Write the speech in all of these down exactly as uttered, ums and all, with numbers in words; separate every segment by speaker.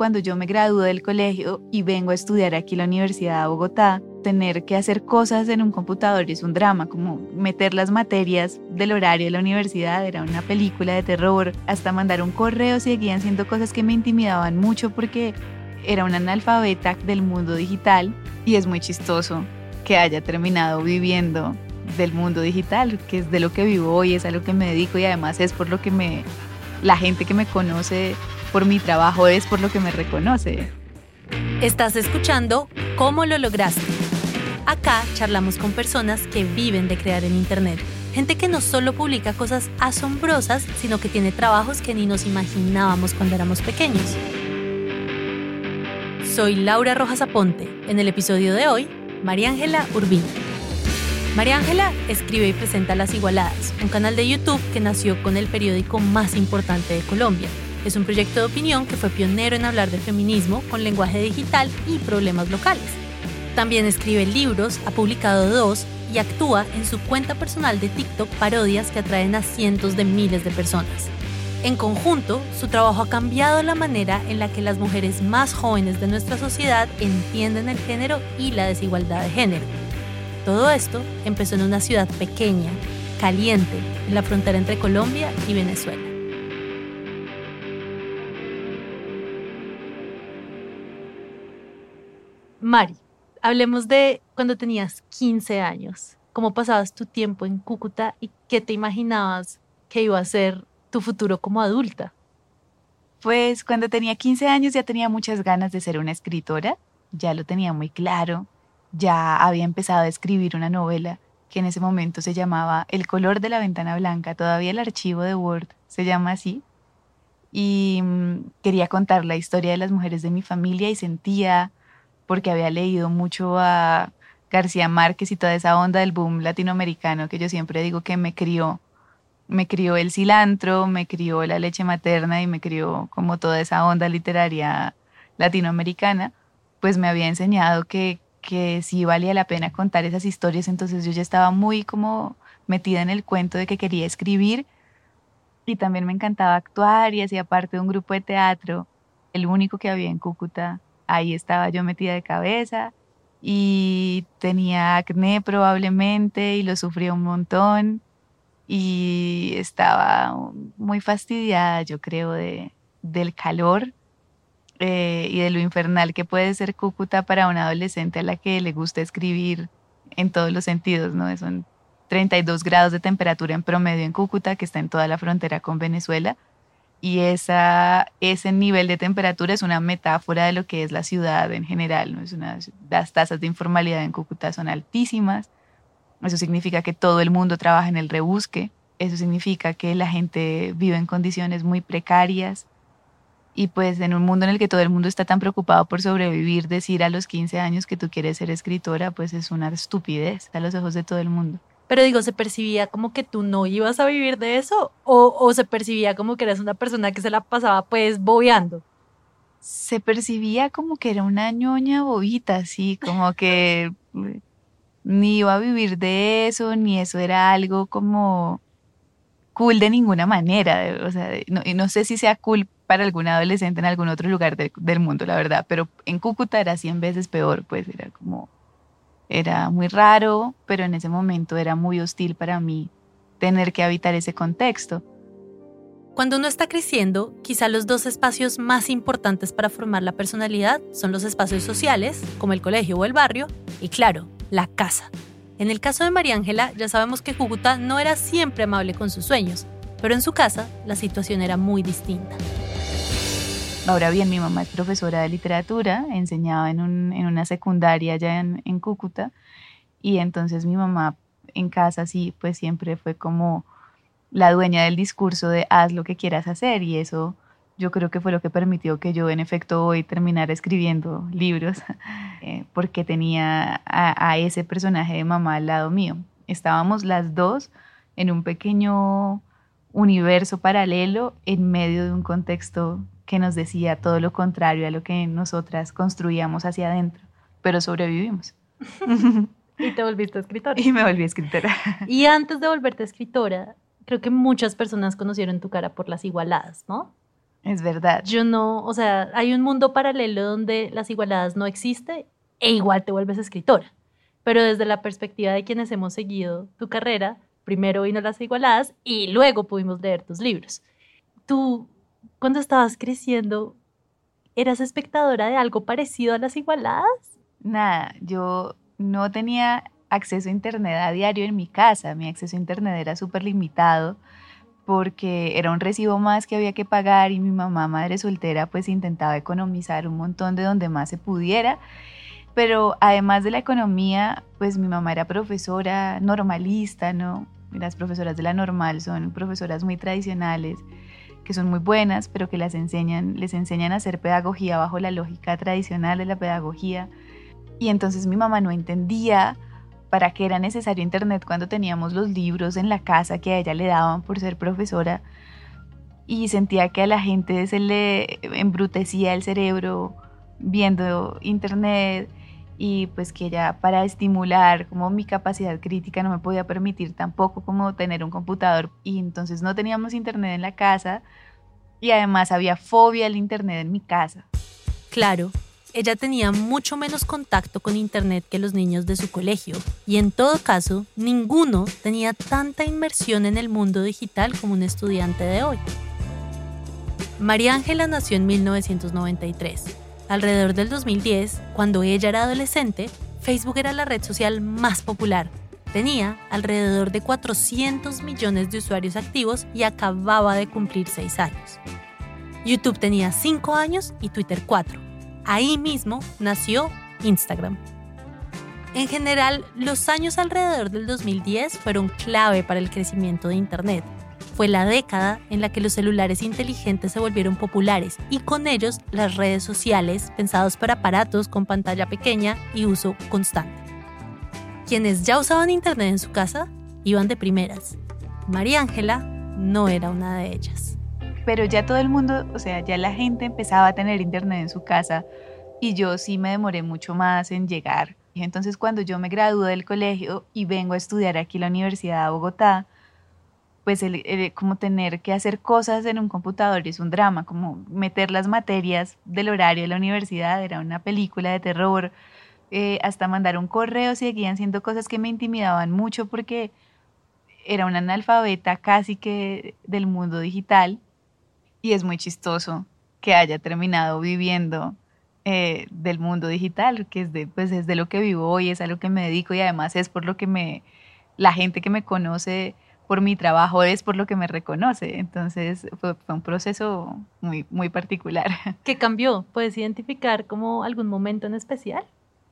Speaker 1: cuando yo me gradué del colegio y vengo a estudiar aquí en la Universidad de Bogotá, tener que hacer cosas en un computador es un drama, como meter las materias del horario de la universidad, era una película de terror, hasta mandar un correo seguían siendo cosas que me intimidaban mucho porque era una analfabeta del mundo digital y es muy chistoso que haya terminado viviendo del mundo digital, que es de lo que vivo hoy, es a lo que me dedico y además es por lo que me, la gente que me conoce por mi trabajo es por lo que me reconoce.
Speaker 2: Estás escuchando ¿Cómo lo lograste? Acá charlamos con personas que viven de crear en Internet. Gente que no solo publica cosas asombrosas, sino que tiene trabajos que ni nos imaginábamos cuando éramos pequeños. Soy Laura Rojas Aponte. En el episodio de hoy, María Ángela Urbina. María Ángela escribe y presenta Las Igualadas, un canal de YouTube que nació con el periódico más importante de Colombia. Es un proyecto de opinión que fue pionero en hablar de feminismo con lenguaje digital y problemas locales. También escribe libros, ha publicado dos y actúa en su cuenta personal de TikTok parodias que atraen a cientos de miles de personas. En conjunto, su trabajo ha cambiado la manera en la que las mujeres más jóvenes de nuestra sociedad entienden el género y la desigualdad de género. Todo esto empezó en una ciudad pequeña, caliente, en la frontera entre Colombia y Venezuela. Mari, hablemos de cuando tenías quince años. ¿Cómo pasabas tu tiempo en Cúcuta y qué te imaginabas que iba a ser tu futuro como adulta?
Speaker 1: Pues cuando tenía quince años ya tenía muchas ganas de ser una escritora, ya lo tenía muy claro, ya había empezado a escribir una novela que en ese momento se llamaba El color de la ventana blanca, todavía el archivo de Word se llama así, y mmm, quería contar la historia de las mujeres de mi familia y sentía, porque había leído mucho a García Márquez y toda esa onda del boom latinoamericano que yo siempre digo que me crió, me crió el cilantro, me crió la leche materna y me crió como toda esa onda literaria latinoamericana, pues me había enseñado que, que sí valía la pena contar esas historias, entonces yo ya estaba muy como metida en el cuento de que quería escribir y también me encantaba actuar y hacía parte de un grupo de teatro, el único que había en Cúcuta, ahí estaba yo metida de cabeza y tenía acné probablemente y lo sufría un montón. Y estaba muy fastidiada, yo creo, de, del calor eh, y de lo infernal que puede ser Cúcuta para una adolescente a la que le gusta escribir en todos los sentidos, ¿no? Son treinta y dos grados de temperatura en promedio en Cúcuta, que está en toda la frontera con Venezuela, y esa, ese nivel de temperatura es una metáfora de lo que es la ciudad en general, ¿no? Es una, las tasas de informalidad en Cúcuta son altísimas. Eso significa que todo el mundo trabaja en el rebusque. Eso significa que la gente vive en condiciones muy precarias. Y pues en un mundo en el que todo el mundo está tan preocupado por sobrevivir, decir a los quince años que tú quieres ser escritora, pues es una estupidez a los ojos de todo el mundo.
Speaker 2: Pero digo, ¿se percibía como que tú no ibas a vivir de eso? ¿O, o se percibía como que eras una persona que se la pasaba pues bobeando?
Speaker 1: Se percibía como que era una ñoña bobita, así, como que ni iba a vivir de eso, ni eso era algo como cool de ninguna manera. O sea, no, y no sé si sea cool para algún adolescente en algún otro lugar de, del mundo, la verdad, pero en Cúcuta era cien veces peor, pues era como, era muy raro, pero en ese momento era muy hostil para mí tener que habitar ese contexto.
Speaker 2: Cuando uno está creciendo, quizá los dos espacios más importantes para formar la personalidad son los espacios sociales, como el colegio o el barrio, y claro, la casa. En el caso de María Ángela, ya sabemos que Cúcuta no era siempre amable con sus sueños, pero en su casa la situación era muy distinta.
Speaker 1: Ahora bien, mi mamá es profesora de literatura, enseñaba en, un, en una secundaria allá en, en Cúcuta, y entonces mi mamá en casa sí, pues siempre fue como la dueña del discurso de haz lo que quieras hacer, y eso yo creo que fue lo que permitió que yo en efecto hoy terminara escribiendo libros, eh, porque tenía a, a ese personaje de mamá al lado mío. Estábamos las dos en un pequeño universo paralelo en medio de un contexto que nos decía todo lo contrario a lo que nosotras construíamos hacia adentro, pero sobrevivimos.
Speaker 2: Y te volviste escritora.
Speaker 1: Y me volví escritora.
Speaker 2: Y antes de volverte escritora, creo que muchas personas conocieron tu cara por Las Igualadas, ¿no?
Speaker 1: Es verdad.
Speaker 2: Yo no, o sea, hay un mundo paralelo donde las igualadas no existe e igual te vuelves escritora. Pero desde la perspectiva de quienes hemos seguido tu carrera, primero vino las igualadas y luego pudimos leer tus libros. Tú, cuando estabas creciendo, ¿eras espectadora de algo parecido a las igualadas?
Speaker 1: Nada, yo no tenía acceso a internet a diario en mi casa. Mi acceso a internet era súper limitado porque era un recibo más que había que pagar y mi mamá, madre soltera, pues intentaba economizar un montón de donde más se pudiera. Pero además de la economía, pues mi mamá era profesora normalista, ¿no? Las profesoras de la normal son profesoras muy tradicionales, que son muy buenas, pero que las enseñan, les enseñan a hacer pedagogía bajo la lógica tradicional de la pedagogía. Y entonces mi mamá no entendía para qué era necesario internet cuando teníamos los libros en la casa que a ella le daban por ser profesora, y sentía que a la gente se le embrutecía el cerebro viendo internet, y pues que ella, para estimular como mi capacidad crítica, no me podía permitir tampoco como tener un computador, y entonces no teníamos internet en la casa y además había fobia al internet en mi casa.
Speaker 2: Claro, ella tenía mucho menos contacto con internet que los niños de su colegio y en todo caso, ninguno tenía tanta inmersión en el mundo digital como un estudiante de hoy. María Ángela nació en mil novecientos noventa y tres. Alrededor del dos mil diez, cuando ella era adolescente, Facebook era la red social más popular. Tenía alrededor de cuatrocientos millones de usuarios activos y acababa de cumplir seis años. YouTube tenía cinco años y Twitter cuatro. Ahí mismo nació Instagram. En general, los años alrededor del dos mil diez fueron clave para el crecimiento de Internet. Fue la década en la que los celulares inteligentes se volvieron populares y con ellos las redes sociales, pensados para aparatos con pantalla pequeña y uso constante. Quienes ya usaban Internet en su casa iban de primeras. María Ángela no era una de ellas.
Speaker 1: Pero ya todo el mundo, o sea, ya la gente empezaba a tener internet en su casa y yo sí me demoré mucho más en llegar. Y entonces cuando yo me gradué del colegio y vengo a estudiar aquí en la Universidad de Bogotá, pues el, el, como tener que hacer cosas en un computador es un drama, como meter las materias del horario de la universidad, era una película de terror, eh, hasta mandar un correo seguían siendo cosas que me intimidaban mucho porque era una analfabeta casi que del mundo digital. Y es muy chistoso que haya terminado viviendo eh, del mundo digital, que es de, pues es de lo que vivo hoy, es a lo que me dedico y además es por lo que me, la gente que me conoce por mi trabajo es por lo que me reconoce. Entonces fue, fue un proceso muy, muy particular.
Speaker 2: ¿Qué cambió? ¿Puedes identificar como algún momento en especial?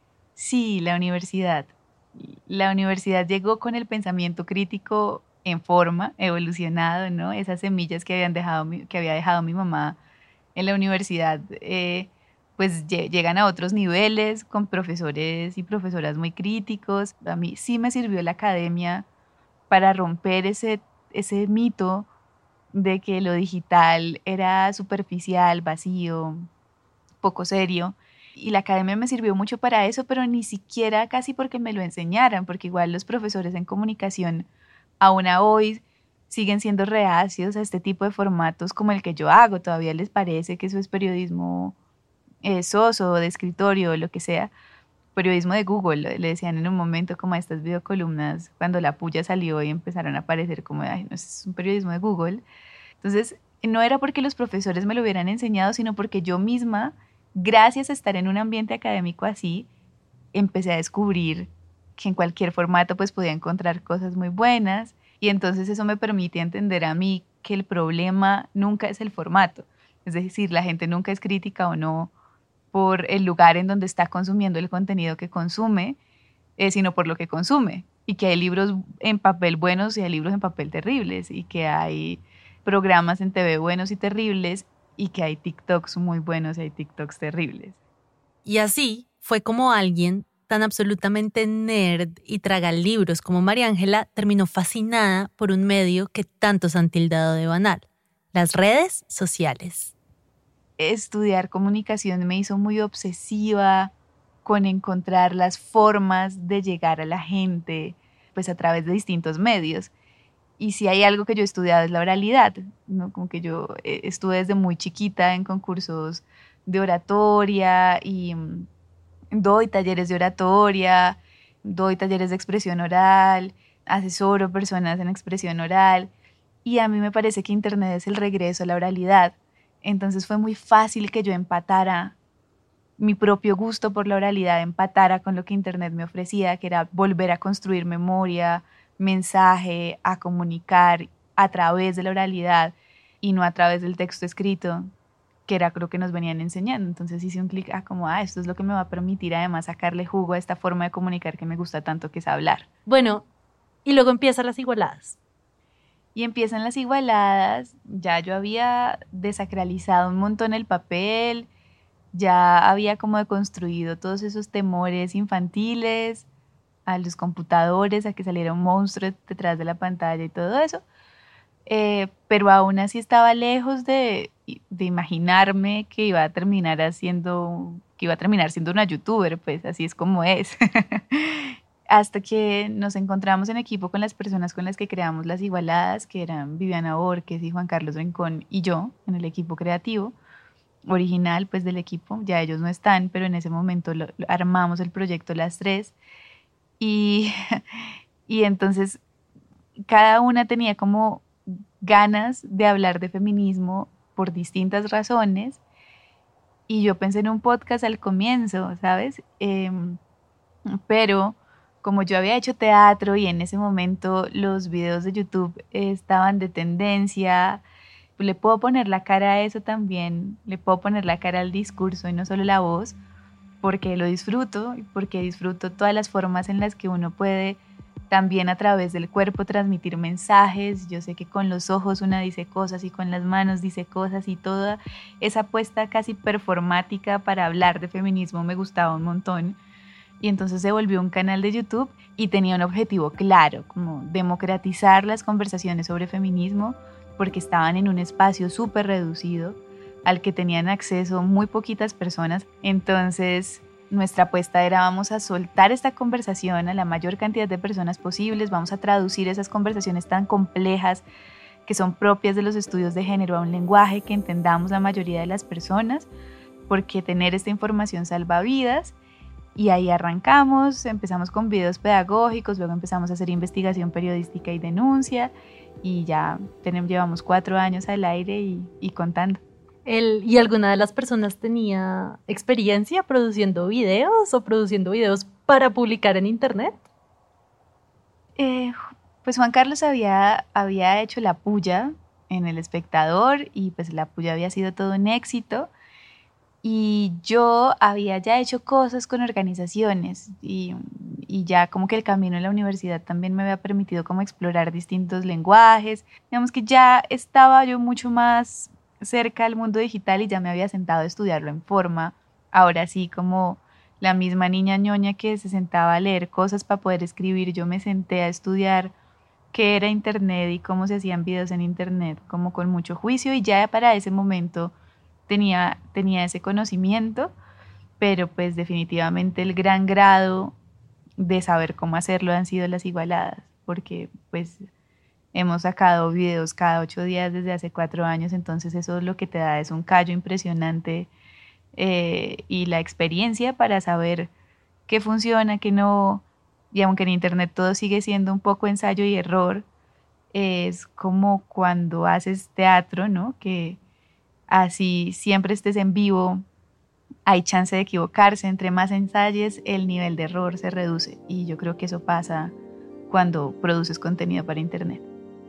Speaker 1: Sí, la universidad. La universidad llegó con el pensamiento crítico en forma, evolucionado, ¿no? Esas semillas que, habían dejado mi, que había dejado mi mamá en la universidad, eh, pues llegan a otros niveles con profesores y profesoras muy críticos. A mí sí me sirvió la academia para romper ese, ese mito de que lo digital era superficial, vacío, poco serio. Y la academia me sirvió mucho para eso, pero ni siquiera casi porque me lo enseñaran, porque igual los profesores en comunicación aún a hoy siguen siendo reacios a este tipo de formatos como el que yo hago. Todavía les parece que eso es periodismo eh, soso, de escritorio, lo que sea. Periodismo de Google, le decían en un momento como a estas videocolumnas cuando la puya salió y empezaron a aparecer como, ay, no, es un periodismo de Google. Entonces, no era porque los profesores me lo hubieran enseñado, sino porque yo misma, gracias a estar en un ambiente académico así, empecé a descubrir que en cualquier formato pues podía encontrar cosas muy buenas, y entonces eso me permite entender a mí que el problema nunca es el formato. Es decir, la gente nunca es crítica o no por el lugar en donde está consumiendo el contenido que consume, eh, sino por lo que consume. Y que hay libros en papel buenos y hay libros en papel terribles, y que hay programas en T V buenos y terribles, y que hay TikToks muy buenos y hay TikToks terribles.
Speaker 2: Y así fue como alguien tan absolutamente nerd y tragalibros como María Ángela terminó fascinada por un medio que tantos han tildado de banal, las redes sociales.
Speaker 1: Estudiar comunicación me hizo muy obsesiva con encontrar las formas de llegar a la gente, pues a través de distintos medios. Y si hay algo que yo he estudiado es la oralidad, ¿no? Como que yo eh, estuve desde muy chiquita en concursos de oratoria y mm, doy talleres de oratoria, doy talleres de expresión oral, asesoro personas en expresión oral y a mí me parece que Internet es el regreso a la oralidad. Entonces fue muy fácil que yo empatara mi propio gusto por la oralidad, empatara con lo que Internet me ofrecía, que era volver a construir memoria, mensaje, a comunicar a través de la oralidad y no a través del texto escrito, que era lo que nos venían enseñando. Entonces hice un clic, ah, como, ah, esto es lo que me va a permitir además sacarle jugo a esta forma de comunicar que me gusta tanto, que es hablar.
Speaker 2: Bueno, y luego empiezan las igualadas.
Speaker 1: Y empiezan las igualadas, ya yo había desacralizado un montón el papel, ya había como deconstruido todos esos temores infantiles, a los computadores, a que saliera un monstruo detrás de la pantalla y todo eso. Eh, pero aún así estaba lejos de, de imaginarme que iba a terminar haciendo, que iba a terminar siendo una youtuber, pues así es como es. Hasta que nos encontramos en equipo con las personas con las que creamos las igualadas, que eran Viviana Borges y Juan Carlos Rincón y yo, en el equipo creativo original pues del equipo. Ya ellos no están, pero en ese momento lo, lo armamos el proyecto las tres. Y, y entonces cada una tenía como ganas de hablar de feminismo por distintas razones y yo pensé en un podcast al comienzo, ¿sabes? Eh, pero como yo había hecho teatro y en ese momento los videos de YouTube estaban de tendencia, le puedo poner la cara a eso también, le puedo poner la cara al discurso y no solo la voz, porque lo disfruto, porque disfruto todas las formas en las que uno puede también a través del cuerpo transmitir mensajes. Yo sé que con los ojos una dice cosas y con las manos dice cosas y toda esa apuesta casi performática para hablar de feminismo me gustaba un montón. Y entonces se volvió un canal de YouTube y tenía un objetivo claro, como democratizar las conversaciones sobre feminismo, porque estaban en un espacio súper reducido al que tenían acceso muy poquitas personas. Entonces nuestra apuesta era: vamos a soltar esta conversación a la mayor cantidad de personas posibles, vamos a traducir esas conversaciones tan complejas que son propias de los estudios de género a un lenguaje que entendamos la mayoría de las personas, porque tener esta información salva vidas. Y ahí arrancamos, empezamos con videos pedagógicos, luego empezamos a hacer investigación periodística y denuncia, y ya tenemos, llevamos cuatro años al aire y, y contando.
Speaker 2: El, ¿Y alguna de las personas tenía experiencia produciendo videos o produciendo videos para publicar en internet?
Speaker 1: Eh, pues Juan Carlos había, había hecho La Puya en El Espectador y pues La Puya había sido todo un éxito. Y yo había ya hecho cosas con organizaciones y, y ya como que el camino en la universidad también me había permitido como explorar distintos lenguajes. Digamos que ya estaba yo mucho más cerca del mundo digital y ya me había sentado a estudiarlo en forma. Ahora sí, como la misma niña ñoña que se sentaba a leer cosas para poder escribir, yo me senté a estudiar qué era internet y cómo se hacían videos en internet, como con mucho juicio, y ya para ese momento Tenía, tenía ese conocimiento, pero pues definitivamente el gran grado de saber cómo hacerlo han sido las igualadas, porque pues hemos sacado videos cada ocho días desde hace cuatro años, entonces eso es lo que te da, es un callo impresionante eh, y la experiencia para saber qué funciona, qué no, y aunque en internet todo sigue siendo un poco ensayo y error, es como cuando haces teatro, ¿no? Que así siempre estés en vivo, hay chance de equivocarse. Entre más ensayes, el nivel de error se reduce. Y yo creo que eso pasa cuando produces contenido para internet.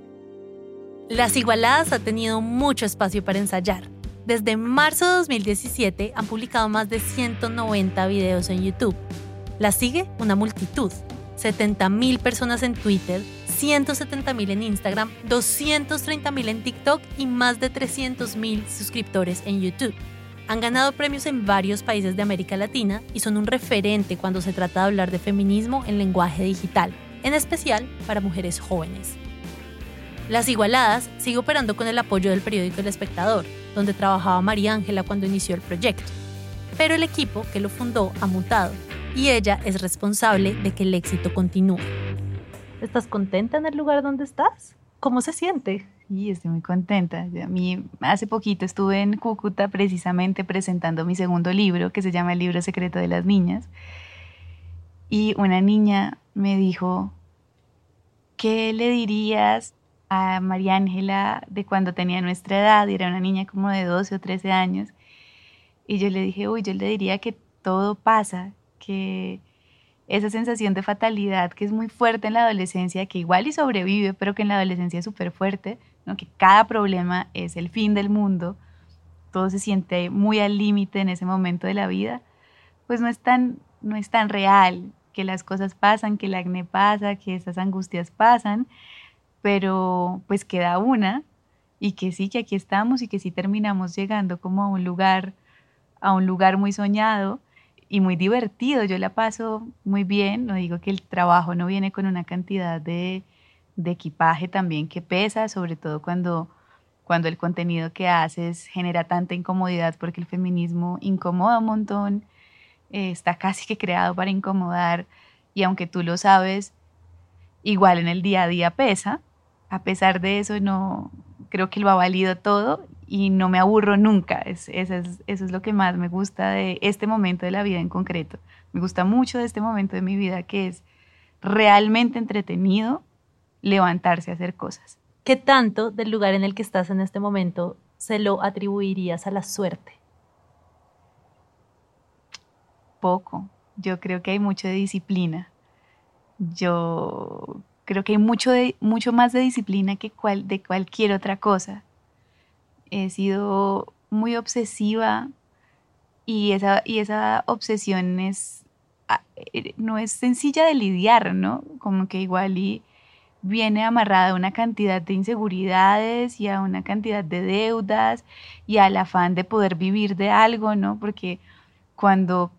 Speaker 2: Las Igualadas ha tenido mucho espacio para ensayar. Desde marzo de dos mil diecisiete han publicado más de ciento noventa videos en YouTube. Las sigue una multitud. setenta mil personas en Twitter, ciento setenta mil en Instagram, doscientos treinta mil en TikTok y más de trescientos mil suscriptores en YouTube. Han ganado premios en varios países de América Latina y son un referente cuando se trata de hablar de feminismo en lenguaje digital, en especial para mujeres jóvenes. Las Igualadas sigue operando con el apoyo del periódico El Espectador, donde trabajaba María Ángela cuando inició el proyecto. Pero el equipo que lo fundó ha mutado y ella es responsable de que el éxito continúe. ¿Estás contenta en el lugar donde estás? ¿Cómo se siente?
Speaker 1: Sí, estoy muy contenta. A mí hace poquito estuve en Cúcuta precisamente presentando mi segundo libro, que se llama El libro secreto de las niñas. Y una niña me dijo, ¿qué le dirías a María Ángela de cuando tenía nuestra edad? Y era una niña como de doce o trece años. Y yo le dije, uy, yo le diría que todo pasa, que esa sensación de fatalidad que es muy fuerte en la adolescencia, que igual y sobrevive, pero que en la adolescencia es súper fuerte, ¿no? Que cada problema es el fin del mundo, todo se siente muy al límite en ese momento de la vida, pues no es tan, no es tan real, que las cosas pasan, que el acné pasa, que esas angustias pasan, pero pues queda una, y que sí, que aquí estamos y que sí terminamos llegando como a un lugar, a un lugar muy soñado, y muy divertido. Yo la paso muy bien. No digo que el trabajo no viene con una cantidad de, de equipaje también que pesa, sobre todo cuando, cuando el contenido que haces genera tanta incomodidad, porque el feminismo incomoda un montón, eh, está casi que creado para incomodar, y aunque tú lo sabes, igual en el día a día pesa. A pesar de eso, no creo que lo ha valido todo y no me aburro nunca. Es, eso, es, eso es lo que más me gusta de este momento de la vida en concreto. Me gusta mucho de este momento de mi vida, que es realmente entretenido levantarse a hacer cosas.
Speaker 2: ¿Qué tanto del lugar en el que estás en este momento se lo atribuirías a la suerte?
Speaker 1: Poco. Yo creo que hay mucho de disciplina. Yo creo que hay mucho, de, mucho más de disciplina que cual, de cualquier otra cosa. He sido muy obsesiva y esa, y esa obsesión es, no es sencilla de lidiar, ¿no? Como que igual y viene amarrada a una cantidad de inseguridades y a una cantidad de deudas y al afán de poder vivir de algo, ¿no? Porque cuando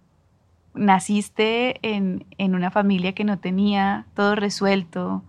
Speaker 1: naciste en, en una familia que no tenía todo resuelto,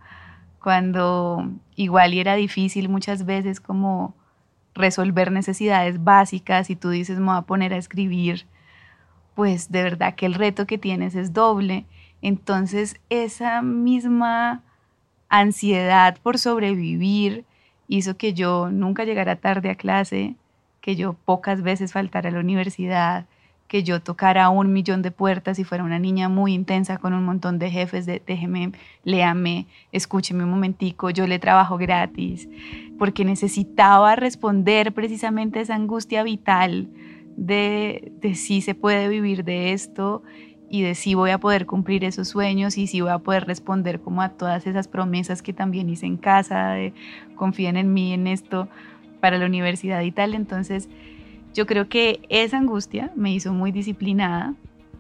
Speaker 1: cuando igual y era difícil muchas veces como resolver necesidades básicas y tú dices me voy a poner a escribir, pues de verdad que el reto que tienes es doble. Entonces esa misma ansiedad por sobrevivir hizo que yo nunca llegara tarde a clase, que yo pocas veces faltara a la universidad, que yo tocara un millón de puertas y fuera una niña muy intensa con un montón de jefes de déjeme, léame, escúcheme un momentico, yo le trabajo gratis, porque necesitaba responder precisamente a esa angustia vital de, de si se puede vivir de esto y de si voy a poder cumplir esos sueños y si voy a poder responder como a todas esas promesas que también hice en casa, de confíen en mí en esto para la universidad y tal. Entonces yo creo que esa angustia me hizo muy disciplinada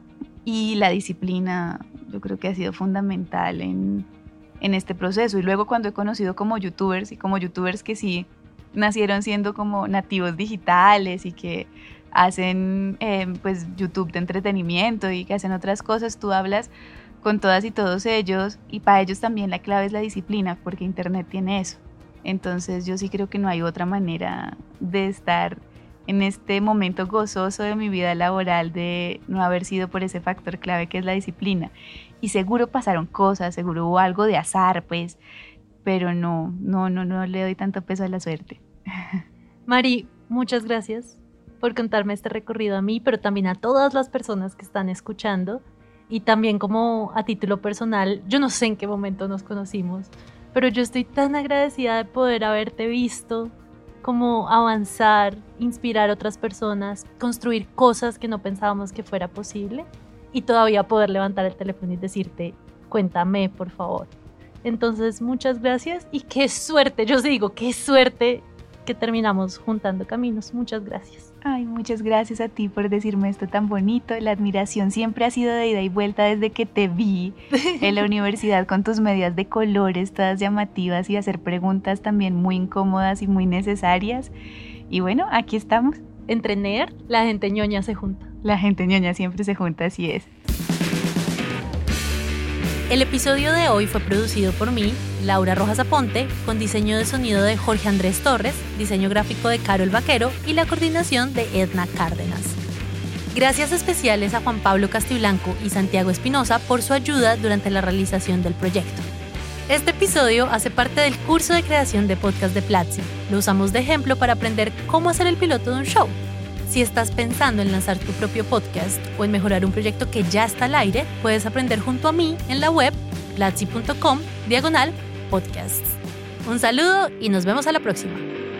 Speaker 1: y la disciplina yo creo que ha sido fundamental en, en este proceso. Y luego cuando he conocido como youtubers y como youtubers que sí nacieron siendo como nativos digitales y que hacen eh, pues YouTube de entretenimiento y que hacen otras cosas, tú hablas con todas y todos ellos y para ellos también la clave es la disciplina, porque internet tiene eso. Entonces yo sí creo que no hay otra manera de estar en este momento gozoso de mi vida laboral de no haber sido por ese factor clave que es la disciplina. Y seguro pasaron cosas, seguro hubo algo de azar, pues, pero no, no, no, no le doy tanto peso a la suerte.
Speaker 2: Mari, muchas gracias por contarme este recorrido a mí, pero también a todas las personas que están escuchando. Y también como a título personal, yo no sé en qué momento nos conocimos, pero yo estoy tan agradecida de poder haberte visto, como avanzar, inspirar a otras personas, construir cosas que no pensábamos que fuera posible y todavía poder levantar el teléfono y decirte, cuéntame por favor. Entonces muchas gracias y qué suerte, yo os digo, qué suerte que terminamos juntando caminos. Muchas gracias.
Speaker 1: Ay, muchas gracias a ti por decirme esto tan bonito. La admiración siempre ha sido de ida y vuelta desde que te vi en la universidad con tus medias de colores, todas llamativas y hacer preguntas también muy incómodas y muy necesarias. Y bueno, aquí estamos.
Speaker 2: Entre nerd, la gente ñoña se junta.
Speaker 1: La gente ñoña siempre se junta, así es.
Speaker 2: El episodio de hoy fue producido por mí, Laura Rojas Aponte, con diseño de sonido de Jorge Andrés Torres, diseño gráfico de Carol Vaquero y la coordinación de Edna Cárdenas. Gracias especiales a Juan Pablo Castiblanco y Santiago Espinosa por su ayuda durante la realización del proyecto. Este episodio hace parte del curso de creación de podcast de Platzi. Lo usamos de ejemplo para aprender cómo hacer el piloto de un show. Si estás pensando en lanzar tu propio podcast o en mejorar un proyecto que ya está al aire, puedes aprender junto a mí en la web platzi punto com diagonal podcasts. Un saludo y nos vemos a la próxima.